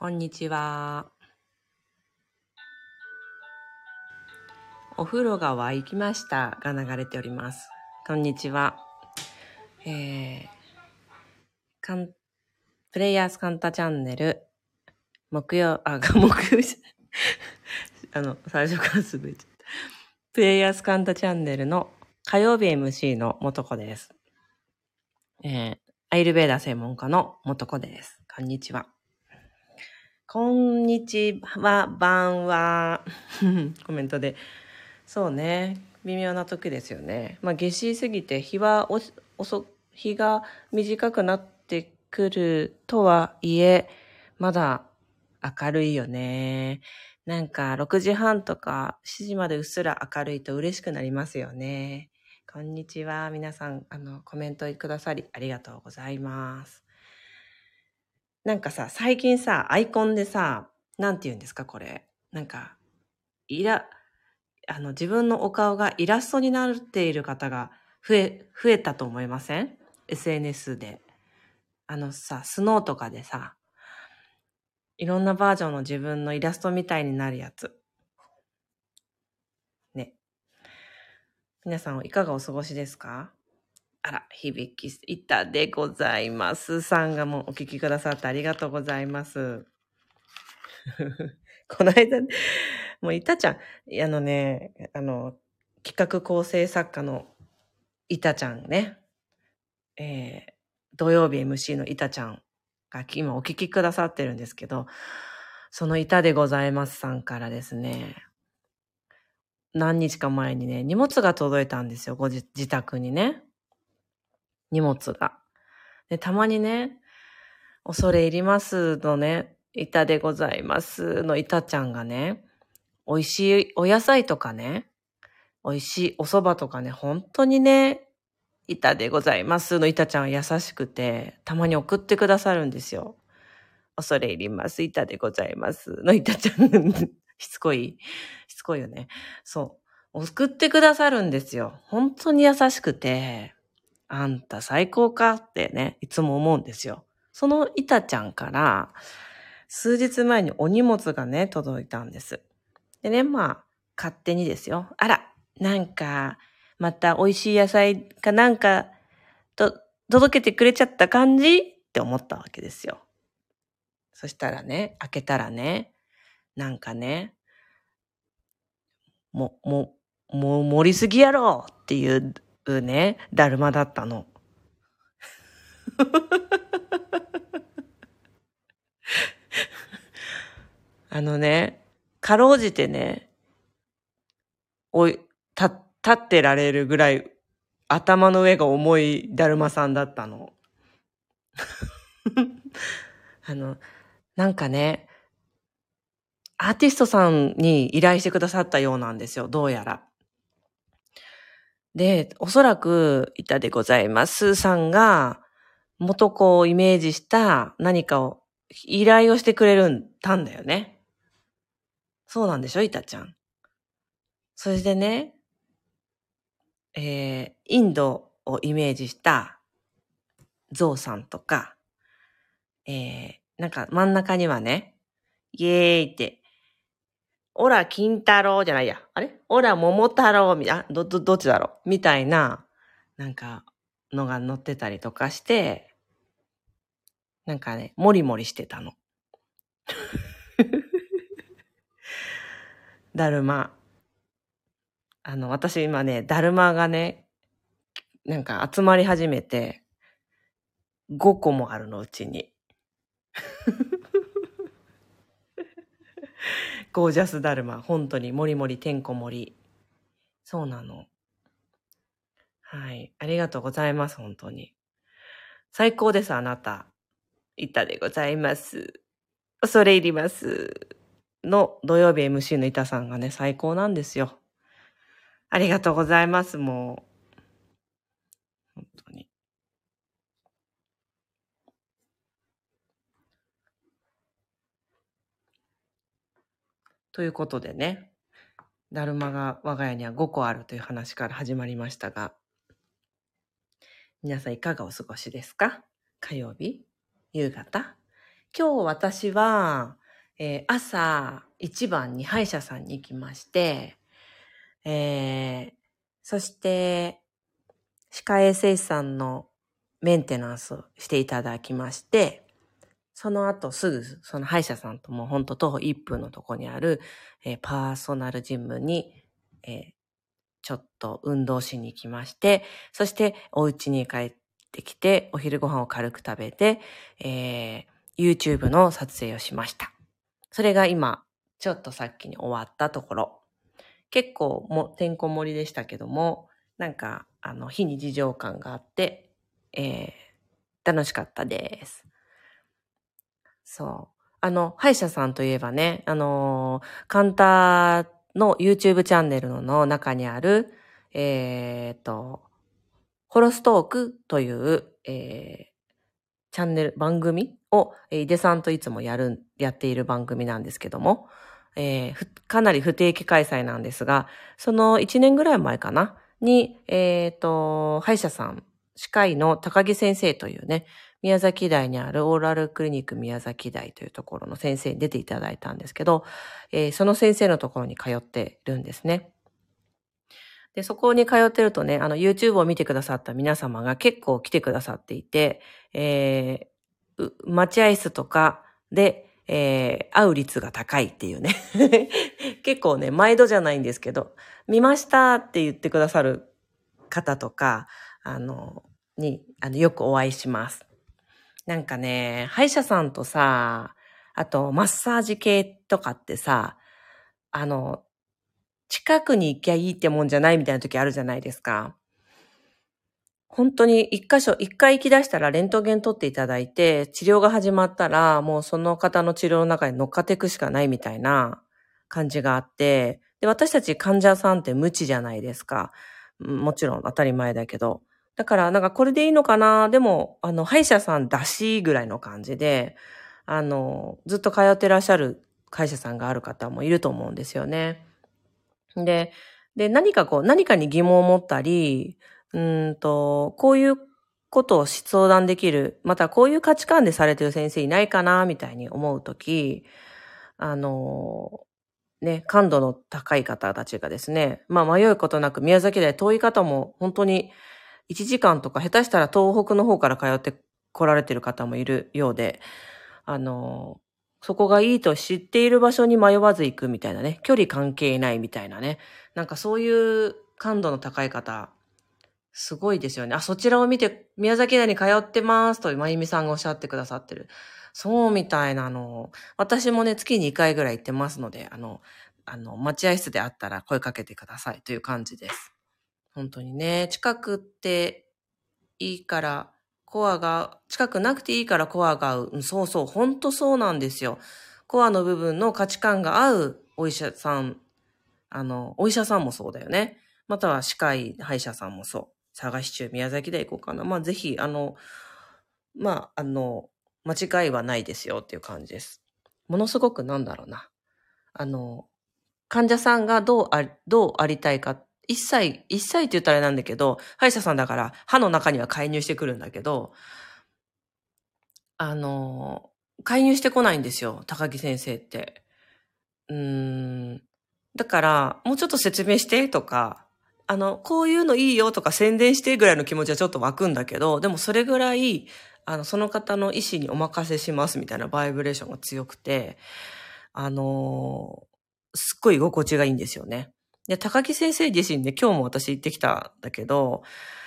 こんにちは。お風呂が沸きましたが流れております。こんにちは。プレイヤースカンタチャンネル、木曜最初からすぐ言っちゃった。プレイヤースカンタチャンネルの火曜日 MC の元子です。アイルベーダ専門家の元子です。こんにちは。こんにちは、晩は。コメントで。そうね。微妙な時ですよね。夏至過ぎて日が短くなってくるとはいえ、まだ明るいよね。なんか6時半とか7時までうっすら明るいと嬉しくなりますよね。こんにちは。皆さん、コメントくださりありがとうございます。なんかさ、最近さ、アイコンでさ、なんて言うんですか、これ。なんか、自分のお顔がイラストになっている方が増えたと思いません？ SNS で。スノーとかでさ、いろんなバージョンの自分のイラストみたいになるやつ。ね。皆さんいかがお過ごしですか？あら、響きいたでございます。さんがもうお聞きくださってありがとうございます。この間、もういたちゃん、企画構成作家のいたちゃんね、土曜日 MC のいたちゃんが今お聞きくださってるんですけど、そのいたでございますさんからですね、何日か前にね、荷物が届いたんですよ、自宅にね。荷物が。で、たまにね、恐れ入りますのね、いたでございますのいたちゃんがね、美味しいお野菜とかね、美味しいお蕎麦とかね、本当にね、いたでございますのいたちゃんは優しくて、たまに送ってくださるんですよ。恐れ入ります。いたでございますのいたちゃん。しつこいよね。そう。送ってくださるんですよ。本当に優しくて、あんた最高かってね、いつも思うんですよ。そのいたちゃんから、数日前にお荷物がね、届いたんです。でね、勝手にですよ。あら、なんか、また美味しい野菜かなんか、届けてくれちゃった感じって思ったわけですよ。そしたらね、開けたらね、なんかね、盛りすぎやろっていうね、だるまだったの。かろうじてね、立ってられるぐらい頭の上が重いだるまさんだったの。なんかね、アーティストさんに依頼してくださったようなんですよ、どうやら。で、おそらく、いたでございますさんが、元子をイメージした何かを、依頼をしてくれたんだよね。そうなんでしょ、いたちゃん。それでね、インドをイメージしたゾウさんとか、なんか真ん中にはね、イエーイって、オラ金太郎じゃないや。あれオラ桃太郎どっちだろうみたいな、なんか、のが載ってたりとかして、なんかね、もりもりしてたの。だるま。私今ね、だるまがね、なんか集まり始めて、5個もあるの、うちに。ゴージャスだるま。本当に、もりもりてんこ盛り。そうなの。はい。ありがとうございます、本当に。最高です、あなた。いたでございます。恐れ入ります。の土曜日 MC の板さんがね、最高なんですよ。ありがとうございます、もう。本当に。ということでね、だるまが我が家には5個あるという話から始まりましたが、皆さんいかがお過ごしですか？火曜日夕方今日私は、朝一番に歯医者さんに行きまして、そして、歯科衛生士さんのメンテナンスをしていただきまして、その後すぐその歯医者さんともほんと徒歩1分のとこにある、パーソナルジムに、ちょっと運動しに行きまして、そしてお家に帰ってきて、お昼ご飯を軽く食べて、YouTube の撮影をしました。それが今、ちょっとさっきに終わったところ。結構てんこ盛りでしたけども、なんか、非日常感があって、楽しかったです。そう。歯医者さんといえばね、カンタの YouTube チャンネルの中にある、ホロストークという、チャンネル、番組を、井出さんといつもやっている番組なんですけども、かなり不定期開催なんですが、その1年ぐらい前かなに、歯医者さん、歯科医の高木先生というね、宮崎大にあるオーラルクリニック宮崎大というところの先生に出ていただいたんですけど、その先生のところに通ってるんですね。で、そこに通ってるとね、YouTube を見てくださった皆様が結構来てくださっていて、待合室とかで、会う率が高いっていうね。結構ね、毎度じゃないんですけど、見ましたって言ってくださる方とか、よくお会いします。なんかね、歯医者さんとさ、あとマッサージ系とかってさ、近くに行きゃいいってもんじゃないみたいな時あるじゃないですか。本当に一回行き出したらレントゲン取っていただいて、治療が始まったら、もうその方の治療の中に乗っかっていくしかないみたいな感じがあって、で、私たち患者さんって無知じゃないですか。もちろん当たり前だけど。だから、なんかこれでいいのかな、でも、歯医者さんだしぐらいの感じで、ずっと通ってらっしゃる歯医者さんがある方もいると思うんですよね。で、何かに疑問を持ったり、こういうことを相談できる、またこういう価値観でされてる先生いないかな、みたいに思うとき、感度の高い方たちがですね、迷うことなく宮崎で遠い方も本当に1時間とか下手したら東北の方から通って来られてる方もいるようで、そこがいいと知っている場所に迷わず行くみたいなね、距離関係ないみたいなね、なんかそういう感度の高い方、すごいですよね。そちらを見て宮崎大に通ってますと、まゆみさんがおっしゃってくださってる。そうみたいなの。私もね、月に2回ぐらい行ってますので、待合室であったら声かけてくださいという感じです。本当にね、近くっていいから、近くなくていいからコアが合う。そうそう、本当そうなんですよ。コアの部分の価値観が合うお医者さん、お医者さんもそうだよね。または歯科医、歯医者さんもそう。探し中、宮崎で行こうかな。ぜひ、間違いはないですよっていう感じです。ものすごくなんだろうな。患者さんがどうありたいか、一切って言ったらあれなんだけど、歯医者さんだから歯の中には介入してくるんだけど、介入してこないんですよ、高木先生って。だから、もうちょっと説明してとか、こういうのいいよとか宣伝してぐらいの気持ちはちょっと湧くんだけど、でもそれぐらい、その方の意思にお任せしますみたいなバイブレーションが強くて、すっごい居心地がいいんですよね。で、高木先生自身で今日も私行ってきたんだけど、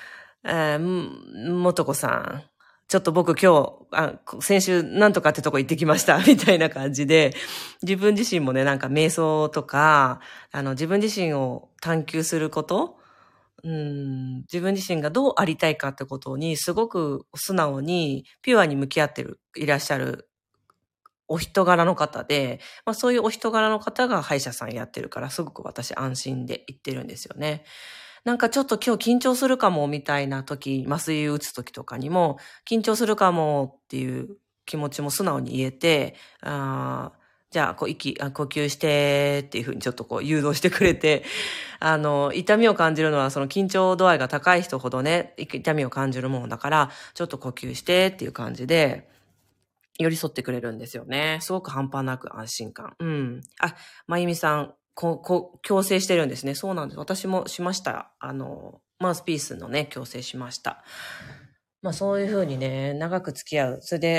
もとこさん、ちょっと僕今日、先週なんとかってとこ行ってきました、みたいな感じで、自分自身もね、なんか瞑想とか、自分自身を探求すること、自分自身がどうありたいかってことに、すごく素直に、ピュアに向き合っていらっしゃるお人柄の方で、そういうお人柄の方が歯医者さんやってるから、すごく私安心で行ってるんですよね。なんかちょっと今日緊張するかもみたいな時、麻酔打つ時とかにも、緊張するかもっていう気持ちも素直に言えて、じゃあ、呼吸してっていうふうにちょっと誘導してくれて、痛みを感じるのはその緊張度合いが高い人ほどね、痛みを感じるものだから、ちょっと呼吸してっていう感じで、 寄り添ってくれるんですよね。すごく半端なく安心感。うん。あ、まゆみさん、矯正してるんですね。そうなんです。私もしました。マウスピースのね、矯正しました。まあそういうふうにね、長く付き合う。それで、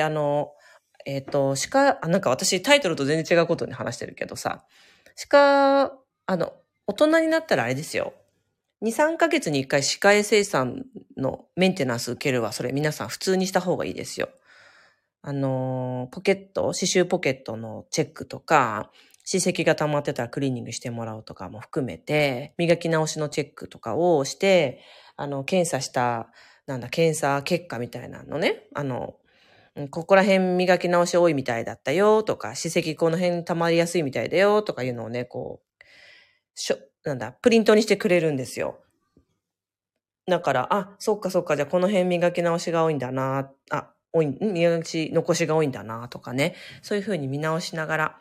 なんか私タイトルと全然違うことに話してるけどさ、大人になったらあれですよ。2、3ヶ月に1回歯科衛生士さんのメンテナンス受けるわ。それ皆さん普通にした方がいいですよ。刺繍ポケットのチェックとか、歯石が溜まってたらクリーニングしてもらうとかも含めて、磨き直しのチェックとかをして、検査した、検査結果みたいなのね、ここら辺磨き直し多いみたいだったよとか、歯石この辺溜まりやすいみたいだよとかいうのをね、プリントにしてくれるんですよ。だから、そっかそっか、じゃあこの辺磨き直しが多いんだな、磨き残しが多いんだなとかね、そういうふうに見直しながら、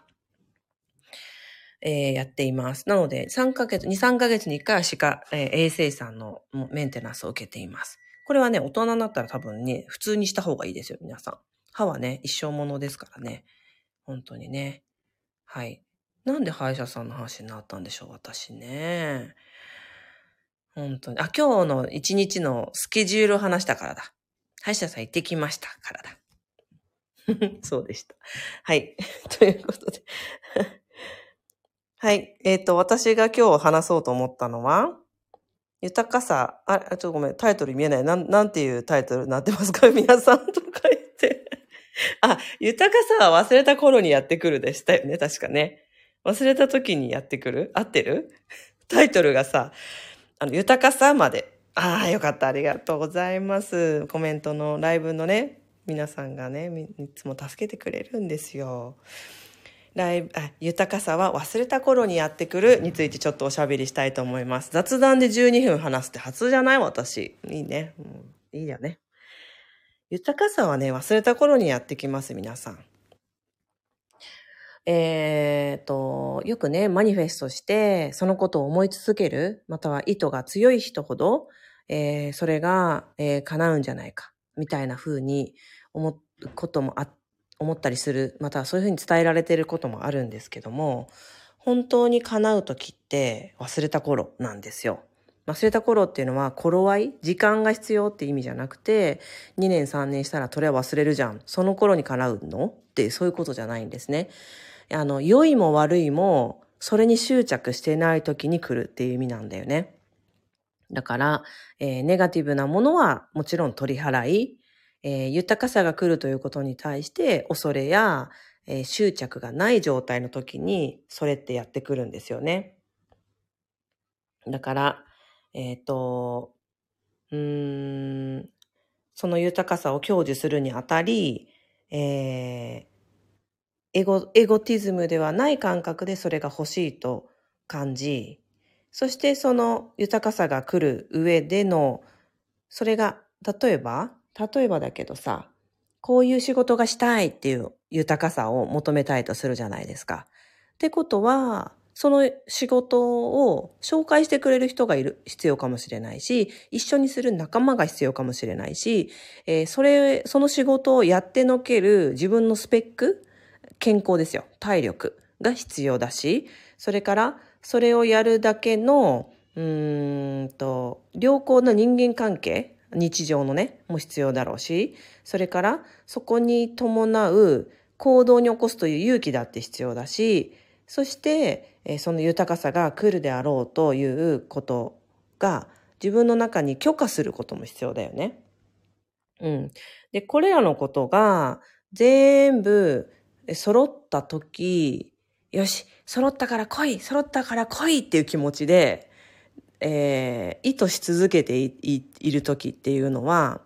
やっています。なので、2、3ヶ月に1回は衛生士さんのメンテナンスを受けています。これはね、大人になったら多分ね、普通にした方がいいですよ、皆さん。歯はね、一生ものですからね。本当にね。はい。なんで歯医者さんの話になったんでしょう、私ね。本当に。今日の一日のスケジュールを話したからだ。歯医者さん行ってきましたからだ。そうでした。はい。ということで。はい。私が今日話そうと思ったのは、豊かさ、ちょっとごめん、タイトル見えない。なんていうタイトルになってますか皆さんとか言って。豊かさは忘れた頃にやってくるでしたよね、確かね。忘れた時にやってくる合ってるタイトルがさ、豊かさまで。よかった。ありがとうございます。コメントのライブのね、皆さんがね、いつも助けてくれるんですよ。豊かさは忘れた頃にやってくるについてちょっとおしゃべりしたいと思います。雑談で12分話すって初じゃない私。いいね。いいよね。豊かさはね、忘れた頃にやってきます、皆さん。よくね、マニフェストして、そのことを思い続ける、または意図が強い人ほど、それが、叶うんじゃないか、みたいな風に思うことも思ったりする、またはそういう風に伝えられていることもあるんですけども、本当に叶うときって忘れた頃なんですよ。忘れた頃っていうのは頃合い、時間が必要って意味じゃなくて、2年3年したらそれは忘れるじゃん。その頃に叶うのってそういうことじゃないんですね。良いも悪いも、それに執着してない時に来るっていう意味なんだよね。だから、ネガティブなものはもちろん取り払い、豊かさが来るということに対して恐れや、執着がない状態の時にそれってやってくるんですよね。だから、その豊かさを享受するにあたり、エゴティズムではない感覚でそれが欲しいと感じ、そしてその豊かさが来る上での、それが、例えばだけどさ、こういう仕事がしたいっていう豊かさを求めたいとするじゃないですか。ってことは、その仕事を紹介してくれる人が必要かもしれないし、一緒にする仲間が必要かもしれないし、その仕事をやってのける自分のスペック、健康ですよ。体力が必要だし、それからそれをやるだけの、良好な人間関係、日常のね、も必要だろうし、それからそこに伴う行動に起こすという勇気だって必要だし、そして、その豊かさが来るであろうということが自分の中に許可することも必要だよね。で、これらのことが全部揃った時、よし、揃ったから来いっていう気持ちで、意図し続けている時っていうのは、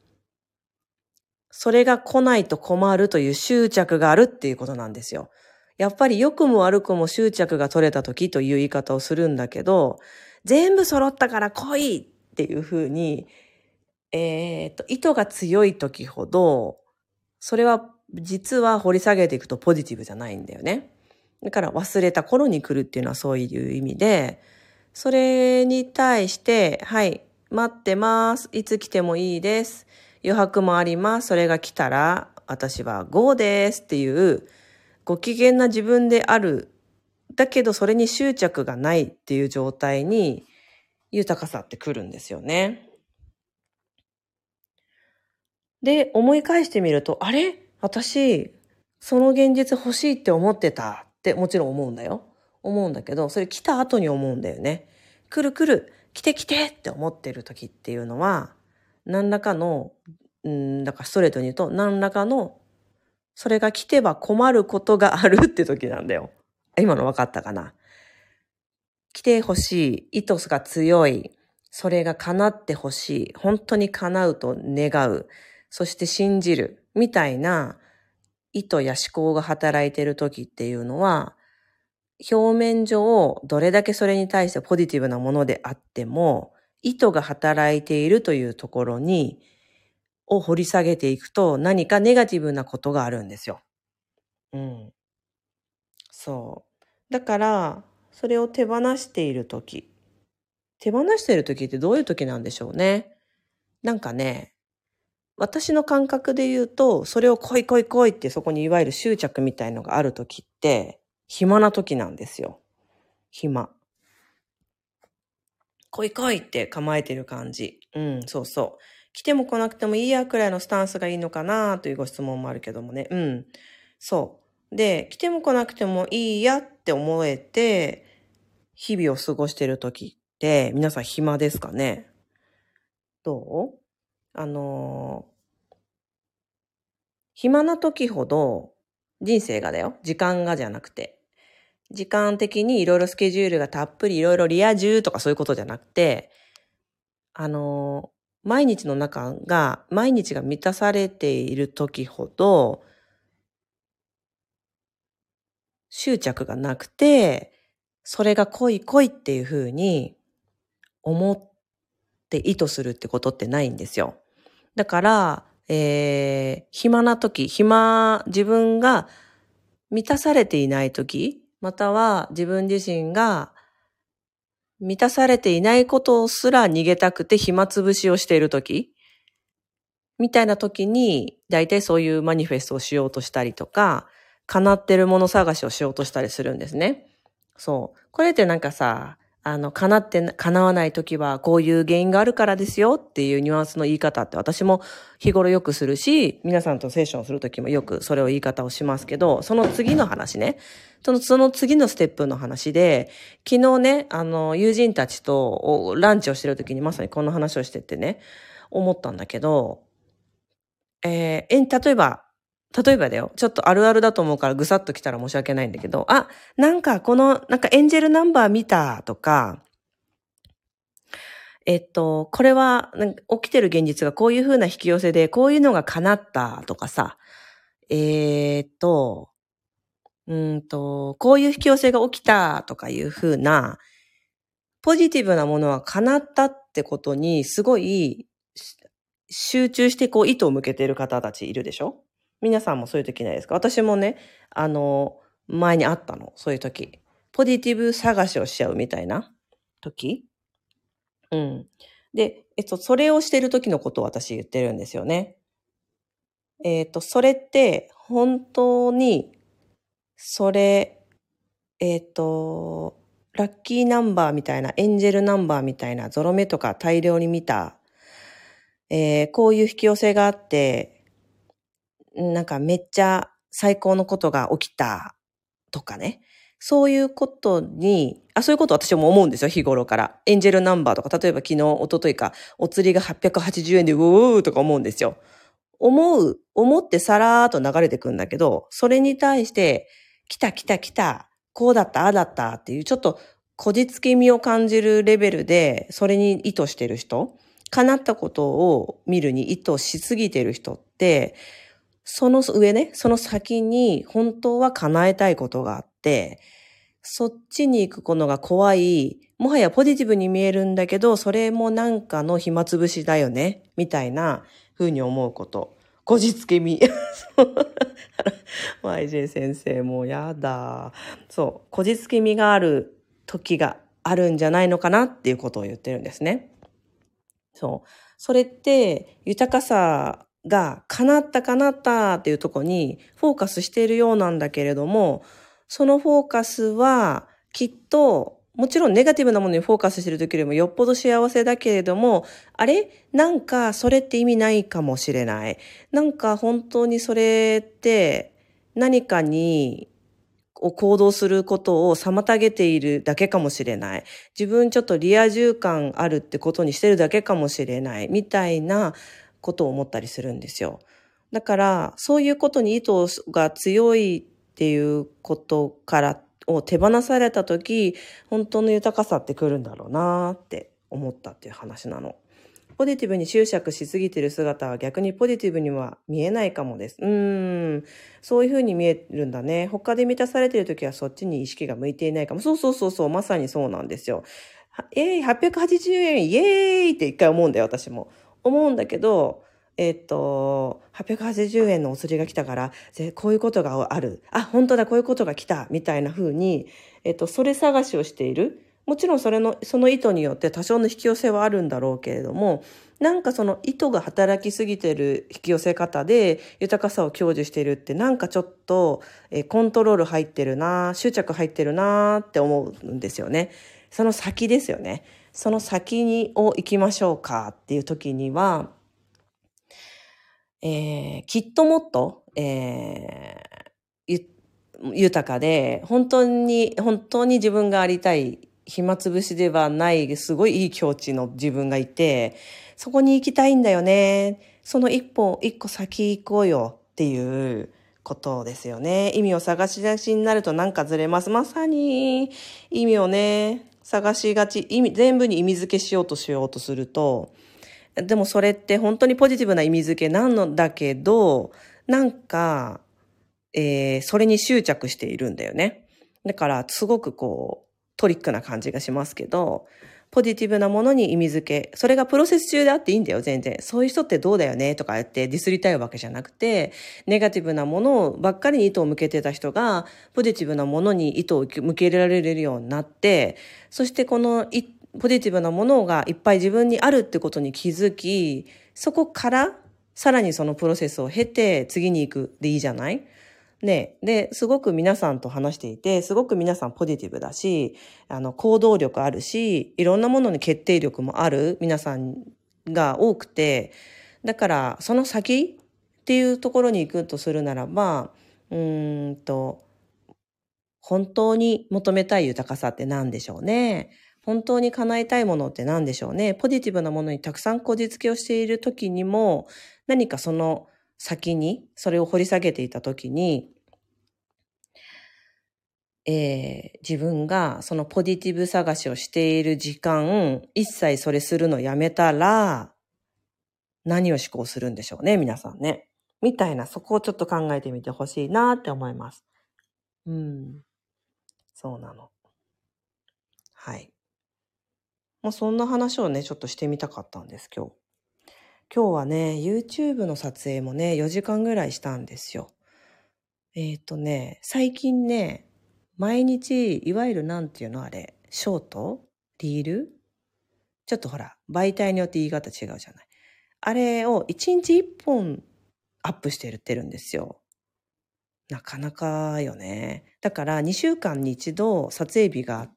それが来ないと困るという執着があるっていうことなんですよ。やっぱり良くも悪くも執着が取れた時という言い方をするんだけど、全部揃ったから来いっていうふうに、意図が強い時ほど、それは実は掘り下げていくとポジティブじゃないんだよね。だから忘れた頃に来るっていうのはそういう意味で、それに対して、はい、待ってます。いつ来てもいいです。余白もあります。それが来たら私はゴーですっていうご機嫌な自分である。だけどそれに執着がないっていう状態に豊かさって来るんですよね。で、思い返してみると、あれ？私、その現実欲しいって思ってたってもちろん思うんだよ。思うんだけど、それ来た後に思うんだよね。来る来る、来て来てって思ってる時っていうのは、何らかの、だからストレートに言うと、何らかの、それが来ては困ることがあるって時なんだよ。今の分かったかな？来てほしい、意図が強い、それが叶ってほしい、本当に叶うと願う、そして信じる、みたいな意図や思考が働いている時っていうのは、表面上どれだけそれに対してポジティブなものであっても、意図が働いているというところを掘り下げていくと何かネガティブなことがあるんですよ。そう。だから、それを手放している時。手放している時ってどういう時なんでしょうね。なんかね、私の感覚で言うと、それを来い来い来いってそこにいわゆる執着みたいのがある時って、暇な時なんですよ。暇。来い来いって構えてる感じ。そうそう。来ても来なくてもいいやくらいのスタンスがいいのかなというご質問もあるけどもね。そう。で、来ても来なくてもいいやって思えて、日々を過ごしてる時って、皆さん暇ですかね？どう？暇な時ほど、人生がだよ。時間がじゃなくて。時間的にいろいろスケジュールがたっぷりいろいろリア充とかそういうことじゃなくて、毎日の中が、毎日が満たされている時ほど、執着がなくて、それが来い来いっていう風に思って意図するってことってないんですよ。だから、暇な時、自分が満たされていない時、または自分自身が満たされていないことすら逃げたくて暇つぶしをしている時、みたいな時に、だいたいそういうマニフェストをしようとしたりとか、叶ってるもの探しをしようとしたりするんですね。そう。これってなんかさ、叶わない時はこういう原因があるからですよっていうニュアンスの言い方って私も日頃よくするし、皆さんとセッションする時もよくそれを言い方をしますけど、その次の話ね。その次のステップの話で、昨日ね、友人たちとランチをしてる時にまさにこの話をしててね、思ったんだけど、例えばだよ。ちょっとあるあるだと思うからぐさっと来たら申し訳ないんだけど、なんかエンジェルナンバー見たとか、これは、起きてる現実がこういう風な引き寄せで、こういうのが叶ったとかさ、こういう引き寄せが起きたとかいう風な、ポジティブなものは叶ったってことに、すごい集中して意図を向けている方たちいるでしょ？皆さんもそういう時ないですか？私もね、前にあったの、そういう時。ポジティブ探しをしちゃうみたいな時。で、それをしてる時のことを私言ってるんですよね。それって本当に、それ、ラッキーナンバーみたいな、エンジェルナンバーみたいな、ゾロ目とか大量に見た、こういう引き寄せがあって、なんかめっちゃ最高のことが起きたとかね。そういうこと私も思うんですよ、日頃から。エンジェルナンバーとか、例えば昨日、一昨日か、お釣りが880円で、うおーとか思うんですよ。思ってさらーっと流れてくんだけど、それに対して、来た来た来た、こうだった、ああだったっていう、ちょっとこじつけみを感じるレベルで、それに意図してる人、叶ったことを見るに意図しすぎてる人って、その上ね、その先に本当は叶えたいことがあって、そっちに行くのが怖い、もはやポジティブに見えるんだけど、それもなんかの暇つぶしだよね、みたいな風に思うこと。こじつけみ。YJ 先生もうやだ。そう、こじつけみがある時があるんじゃないのかなっていうことを言ってるんですね。そう。それって豊かさが叶ったっていうところにフォーカスしているようなんだけれども、そのフォーカスはきっと、もちろんネガティブなものにフォーカスしている時よりもよっぽど幸せだけれども、あれなんかそれって意味ないかもしれない。なんか本当にそれって何かに行動することを妨げているだけかもしれない。自分ちょっとリア充感あるってことにしてるだけかもしれない。みたいなことを思ったりするんですよ。だから、そういうことに意図が強いっていうことからを手放されたとき、本当の豊かさってくるんだろうなって思ったっていう話なの。ポジティブに執着しすぎている姿は逆にポジティブには見えないかもです。そういうふうに見えるんだね。他で満たされているときはそっちに意識が向いていないかも。そう、まさにそうなんですよ。880円、イエーイって一回思うんだよ、私も。思うんだけど、880円のお釣りが来たから、こういうことがある。あ、本当だ、こういうことが来た。みたいな風に、それ探しをしている。もちろんその意図によって多少の引き寄せはあるんだろうけれども、なんかその意図が働きすぎてる引き寄せ方で豊かさを享受しているってなんかちょっと、コントロール入ってるな、執着入ってるなって思うんですよね。その先ですよね。その先を行きましょうかっていう時には、きっともっと、豊かで、本当に自分がありたい、暇つぶしではない、すごいいい境地の自分がいて、そこに行きたいんだよね。その一個先行こうよっていうことですよね。意味を探し出しになるとなんかずれます。まさに意味をね、探しがち、全部に意味付けしようとすると、でもそれって本当にポジティブな意味付けなのだけど、なんか、それに執着しているんだよね。だから、すごくトリックな感じがしますけど、ポジティブなものに意味付け、それがプロセス中であっていいんだよ、全然。そういう人ってどうだよねとか言ってディスりたいわけじゃなくて、ネガティブなものばっかりに意図を向けてた人が、ポジティブなものに意図を向けられるようになって、そしてこのポジティブなものがいっぱい自分にあるってことに気づき、そこからさらにそのプロセスを経て次に行くでいいじゃないね。で、すごく皆さんと話していて、すごく皆さんポジティブだし、行動力あるし、いろんなものに決定力もある皆さんが多くて、だからその先っていうところに行くとするならば、本当に求めたい豊かさって何でしょうね。本当に叶えたいものって何でしょうね。ポジティブなものにたくさんこじつけをしている時にも、何かその先に、それを掘り下げていた時に、自分がそのポジティブ探しをしている時間、一切それするのやめたら、何を思考するんでしょうね、皆さんね。みたいな、そこをちょっと考えてみてほしいなって思います。そうなの。はい。そんな話をね、ちょっとしてみたかったんです、今日。今日はね、YouTube の撮影もね、4時間ぐらいしたんですよ。最近ね、毎日、いわゆるなんていうのあれ、ショートリールちょっとほら、媒体によって言い方違うじゃない。あれを1日1本アップしてってるんですよ。なかなかよね。だから2週間に一度撮影日があって、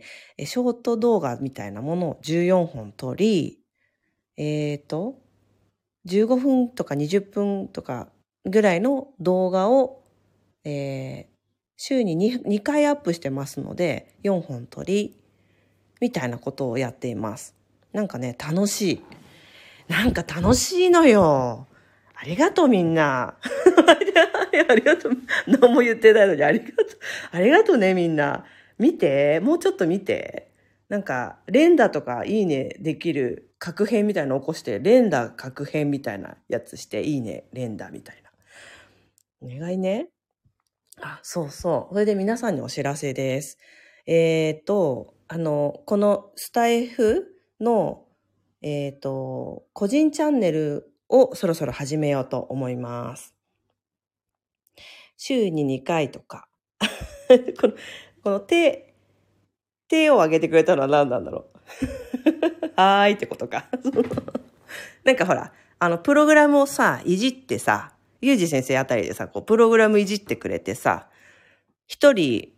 ショート動画みたいなものを14本撮り、15分とか20分とかぐらいの動画を、週に 2回アップしてますので、4本撮り、みたいなことをやっています。なんかね、楽しい。なんか楽しいのよ。ありがとうみんな。ありがとう。何も言ってないのにありがとう。ありがとうねみんな。見て。もうちょっと見て。なんか、連打とかいいねできる確変みたいなの起こして、連打確変みたいなやつして、いいね、連打みたいな。お願いね。そうそう。それで皆さんにお知らせです。このスタイフの、個人チャンネルをそろそろ始めようと思います。週に2回とか。この手を挙げてくれたのは何なんだろう。はーいってことか。なんかほら、 プログラムをさ、いじってさ、ゆうじ先生あたりでさ、こう、プログラムいじってくれてさ、一人、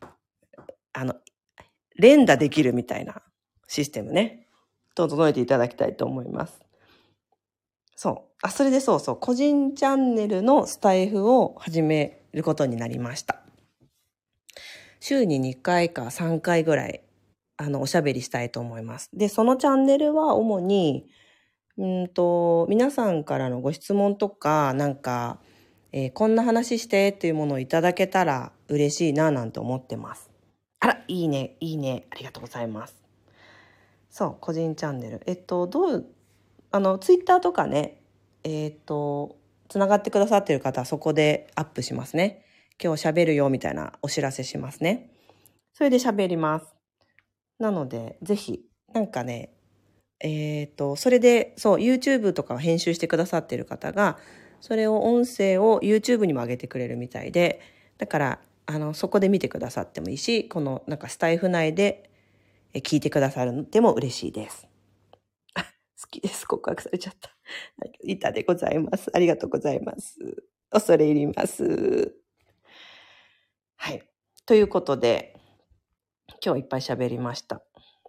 連打できるみたいなシステムね、整えていただきたいと思います。そう。それでそうそう、個人チャンネルのスタイフを始めることになりました。週に2回か3回ぐらい、おしゃべりしたいと思います。で、そのチャンネルは主に、皆さんからのご質問とか、なんか、こんな話してっていうものをいただけたら嬉しいななんて思ってます。あら、いいね、いいね。ありがとうございます。そう、個人チャンネル。ツイッターとかね、つながってくださってる方はそこでアップしますね。今日喋るよみたいなお知らせしますね。それで喋ります。なので、ぜひ、なんかね、それで、そう、YouTube とかを編集してくださってる方が、それを音声を YouTube にも上げてくれるみたいで、だから、そこで見てくださってもいいし、この、なんかスタイフ内で聞いてくださるのでも嬉しいです。好きです。告白されちゃった。板でございます。ありがとうございます。恐れ入ります。はい。ということで、今日いっぱい喋りました。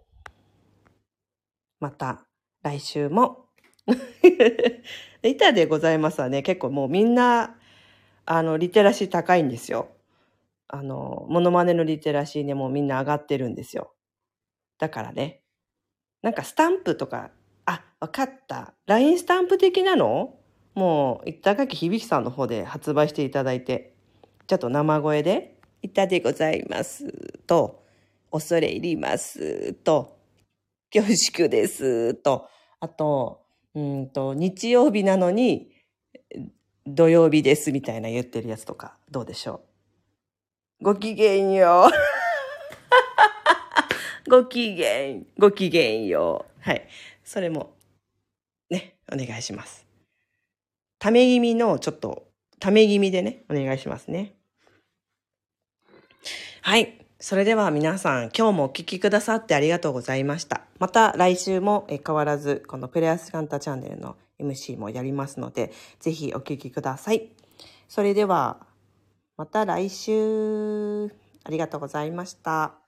また来週も。板でございますはね、結構もうみんな、リテラシー高いんですよ。モノマネのリテラシーね、もうみんな上がってるんですよ。だからね、なんかスタンプとか、わかった。LINE スタンプ的なのもう、板垣響さんの方で発売していただいて、ちょっと生声で、板でございますと、恐れ入りますと、恐縮ですと、あと、日曜日なのに、土曜日ですみたいな言ってるやつとか、どうでしょう。ごきげんよう。ごきげんよう。はい。それも、ね、お願いします。ため気味の、ちょっと、ため気味でね、お願いしますね。はい。それでは皆さん、今日もお聞きくださってありがとうございました。また来週も変わらず、このプレアスカンタチャンネルの MC もやりますので、ぜひお聞きください。それでは、また来週、ありがとうございました。